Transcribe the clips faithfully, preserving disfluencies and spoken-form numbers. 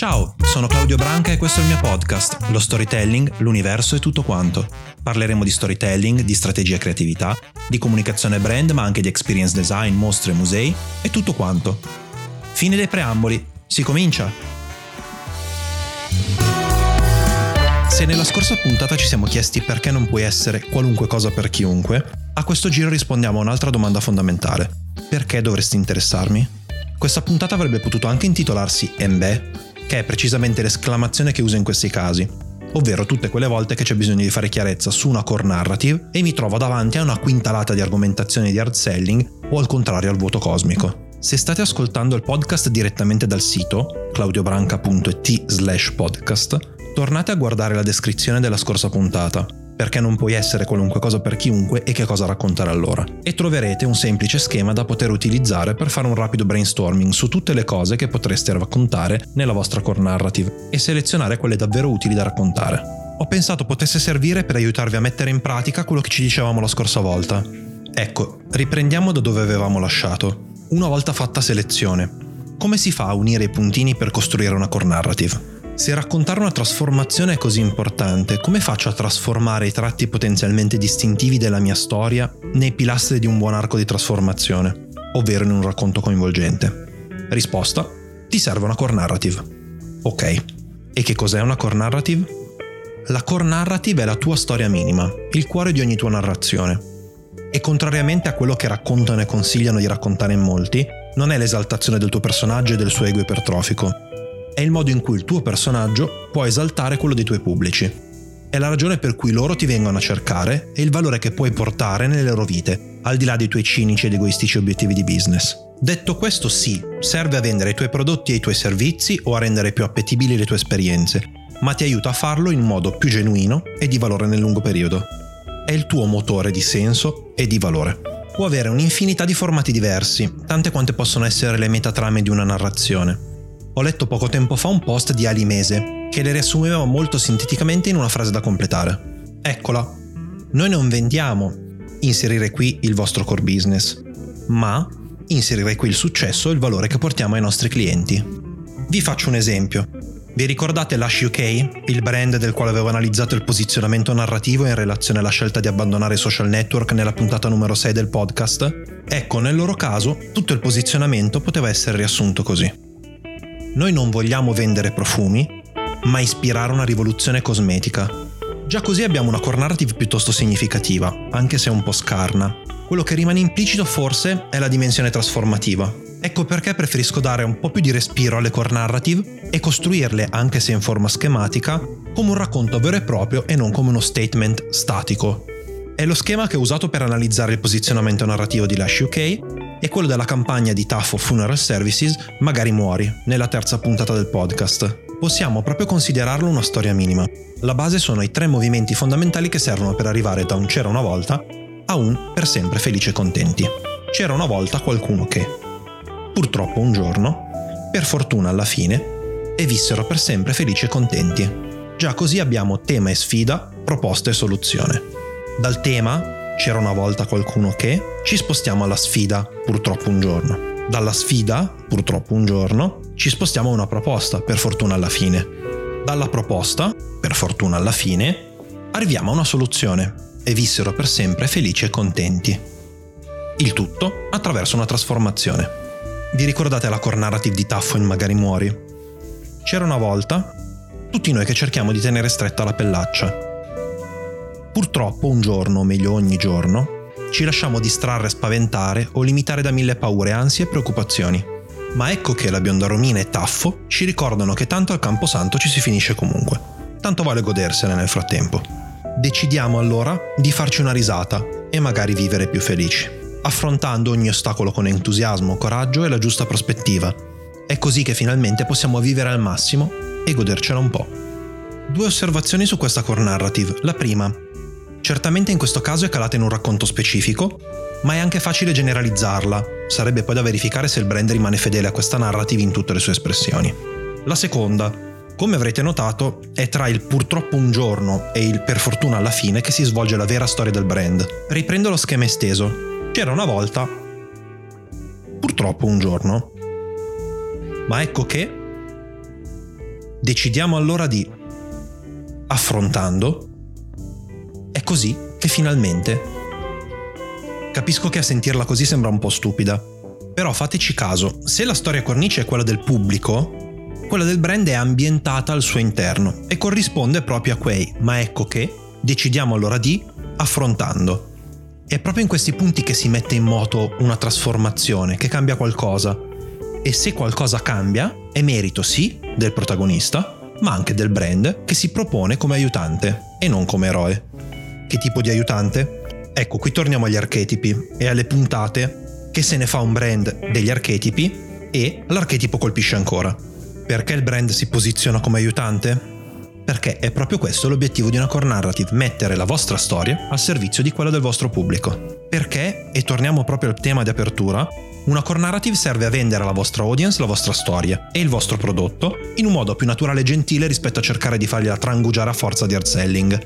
Ciao, sono Claudio Branca e questo è il mio podcast, lo storytelling, l'universo e tutto quanto. Parleremo di storytelling, di strategia e creatività, di comunicazione brand, ma anche di experience design, mostre, musei e tutto quanto. Fine dei preamboli, si comincia! Se nella scorsa puntata ci siamo chiesti perché non puoi essere qualunque cosa per chiunque, a questo giro rispondiamo a un'altra domanda fondamentale. Perché dovresti interessarmi? Questa puntata avrebbe potuto anche intitolarsi Embè, che è precisamente l'esclamazione che uso in questi casi, ovvero tutte quelle volte che c'è bisogno di fare chiarezza su una core narrative e mi trovo davanti a una quintalata di argomentazioni di hard selling o al contrario al vuoto cosmico. Se state ascoltando il podcast direttamente dal sito claudiobranca punto it slash podcast, tornate a guardare la descrizione della scorsa puntata, perché non puoi essere qualunque cosa per chiunque e che cosa raccontare allora. E troverete un semplice schema da poter utilizzare per fare un rapido brainstorming su tutte le cose che potreste raccontare nella vostra core narrative e selezionare quelle davvero utili da raccontare. Ho pensato potesse servire per aiutarvi a mettere in pratica quello che ci dicevamo la scorsa volta. Ecco, riprendiamo da dove avevamo lasciato. Una volta fatta selezione, come si fa a unire i puntini per costruire una core narrative? Se raccontare una trasformazione è così importante, come faccio a trasformare i tratti potenzialmente distintivi della mia storia nei pilastri di un buon arco di trasformazione, ovvero in un racconto coinvolgente? Risposta: ti serve una core narrative. Ok, e che cos'è una core narrative? La core narrative è la tua storia minima, il cuore di ogni tua narrazione. E contrariamente a quello che raccontano e consigliano di raccontare in molti, non è l'esaltazione del tuo personaggio e del suo ego ipertrofico. È il modo in cui il tuo personaggio può esaltare quello dei tuoi pubblici. È la ragione per cui loro ti vengono a cercare e il valore che puoi portare nelle loro vite, al di là dei tuoi cinici ed egoistici obiettivi di business. Detto questo, sì, serve a vendere i tuoi prodotti e i tuoi servizi o a rendere più appetibili le tue esperienze, ma ti aiuta a farlo in modo più genuino e di valore nel lungo periodo. È il tuo motore di senso e di valore. Può avere un'infinità di formati diversi, tante quante possono essere le metatrame di una narrazione. Ho letto poco tempo fa un post di Ali Mese che le riassumeva molto sinteticamente in una frase da completare. Eccola. Noi non vendiamo inserire qui il vostro core business, ma inserire qui il successo e il valore che portiamo ai nostri clienti. Vi faccio un esempio. Vi ricordate Lush U K, il brand del quale avevo analizzato il posizionamento narrativo in relazione alla scelta di abbandonare i social network nella puntata numero sei del podcast? Ecco, nel loro caso, tutto il posizionamento poteva essere riassunto così. Noi non vogliamo vendere profumi, ma ispirare una rivoluzione cosmetica. Già così abbiamo una core narrative piuttosto significativa, anche se un po' scarna. Quello che rimane implicito forse è la dimensione trasformativa. Ecco perché preferisco dare un po' più di respiro alle core narrative e costruirle, anche se in forma schematica, come un racconto vero e proprio e non come uno statement statico. È lo schema che ho usato per analizzare il posizionamento narrativo di Lush U K e quello della campagna di Taffo Funeral Services Magari muori, nella terza puntata del podcast. Possiamo proprio considerarlo una storia minima. La base sono i tre movimenti fondamentali che servono per arrivare da un c'era una volta a un per sempre felice e contenti. C'era una volta qualcuno che, purtroppo un giorno, per fortuna alla fine, e vissero per sempre felici e contenti. Già così abbiamo tema e sfida, proposta e soluzione. Dal tema c'era una volta qualcuno che, ci spostiamo alla sfida, purtroppo un giorno. Dalla sfida, purtroppo un giorno, ci spostiamo a una proposta, per fortuna alla fine. Dalla proposta, per fortuna alla fine, arriviamo a una soluzione e vissero per sempre felici e contenti. Il tutto attraverso una trasformazione. Vi ricordate la core narrative di Taffo in Magari muori? C'era una volta, tutti noi che cerchiamo di tenere stretta la pellaccia. Purtroppo un giorno, o meglio ogni giorno, ci lasciamo distrarre, spaventare o limitare da mille paure, ansie e preoccupazioni. Ma ecco che la bionda Romina e Taffo ci ricordano che tanto al Camposanto ci si finisce comunque. Tanto vale godersene nel frattempo. Decidiamo allora di farci una risata e magari vivere più felici, affrontando ogni ostacolo con entusiasmo, coraggio e la giusta prospettiva. È così che finalmente possiamo vivere al massimo e godercela un po'. Due osservazioni su questa core narrative. La prima: certamente in questo caso è calata in un racconto specifico, ma è anche facile generalizzarla. Sarebbe poi da verificare se il brand rimane fedele a questa narrative in tutte le sue espressioni. La seconda, come avrete notato, è tra il purtroppo un giorno e il per fortuna alla fine che si svolge la vera storia del brand. Riprendo lo schema esteso. C'era una volta, purtroppo un giorno, ma ecco che decidiamo allora di affrontando. È così che finalmente... Capisco che a sentirla così sembra un po' stupida, però fateci caso, se la storia cornice è quella del pubblico, quella del brand è ambientata al suo interno e corrisponde proprio a quei ma ecco che decidiamo allora di affrontando. È proprio in questi punti che si mette in moto una trasformazione, che cambia qualcosa. E se qualcosa cambia, è merito sì del protagonista, ma anche del brand che si propone come aiutante e non come eroe. Che tipo di aiutante? Ecco, qui torniamo agli archetipi e alle puntate che se ne fa un brand degli archetipi e l'archetipo colpisce ancora. Perché il brand si posiziona come aiutante? Perché è proprio questo l'obiettivo di una core narrative, mettere la vostra storia al servizio di quella del vostro pubblico. Perché, e torniamo proprio al tema di apertura, una core narrative serve a vendere alla vostra audience la vostra storia e il vostro prodotto in un modo più naturale e gentile rispetto a cercare di fargliela trangugiare a forza di hard selling.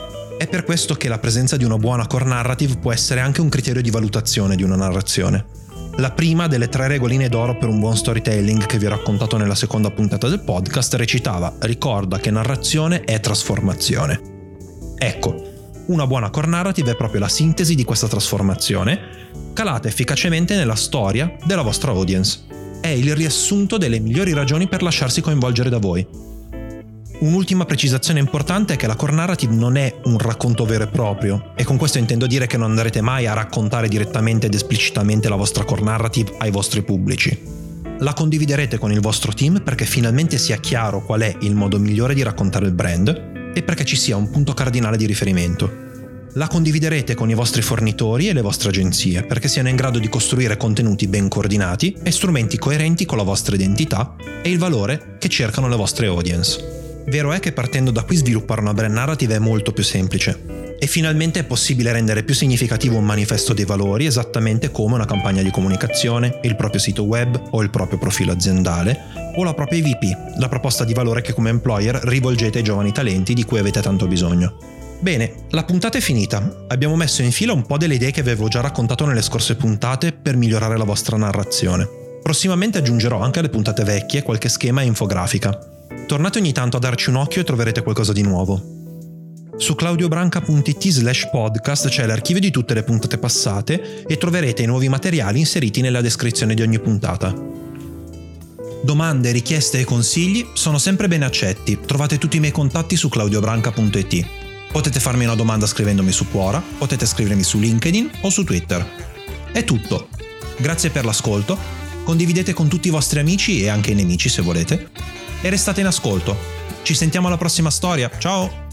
È per questo che la presenza di una buona core narrative può essere anche un criterio di valutazione di una narrazione. La prima delle tre regoline d'oro per un buon storytelling che vi ho raccontato nella seconda puntata del podcast recitava: ricorda che narrazione è trasformazione. Ecco, una buona core narrative è proprio la sintesi di questa trasformazione, calata efficacemente nella storia della vostra audience. È il riassunto delle migliori ragioni per lasciarsi coinvolgere da voi. Un'ultima precisazione importante è che la core narrative non è un racconto vero e proprio, e con questo intendo dire che non andrete mai a raccontare direttamente ed esplicitamente la vostra core narrative ai vostri pubblici. La condividerete con il vostro team perché finalmente sia chiaro qual è il modo migliore di raccontare il brand e perché ci sia un punto cardinale di riferimento. La condividerete con i vostri fornitori e le vostre agenzie perché siano in grado di costruire contenuti ben coordinati e strumenti coerenti con la vostra identità e il valore che cercano le vostre audience. Vero è che partendo da qui sviluppare una brand narrative è molto più semplice e finalmente è possibile rendere più significativo un manifesto dei valori esattamente come una campagna di comunicazione, il proprio sito web o il proprio profilo aziendale o la propria I V P, la proposta di valore che come employer rivolgete ai giovani talenti di cui avete tanto bisogno. Bene, la puntata è finita. Abbiamo messo in fila un po' delle idee che avevo già raccontato nelle scorse puntate per migliorare la vostra narrazione. Prossimamente aggiungerò anche alle puntate vecchie qualche schema e infografica. Tornate ogni tanto a darci un occhio e troverete qualcosa di nuovo. Su claudiobranca punto it slash podcast c'è l'archivio di tutte le puntate passate e troverete i nuovi materiali inseriti nella descrizione di ogni puntata. Domande, richieste e consigli sono sempre ben accetti. Trovate tutti i miei contatti su claudiobranca punto it. Potete farmi una domanda scrivendomi su Quora, potete scrivermi su LinkedIn o su Twitter. È tutto. Grazie per l'ascolto. Condividete con tutti i vostri amici e anche i nemici se volete. E restate in ascolto. Ci sentiamo alla prossima storia. Ciao!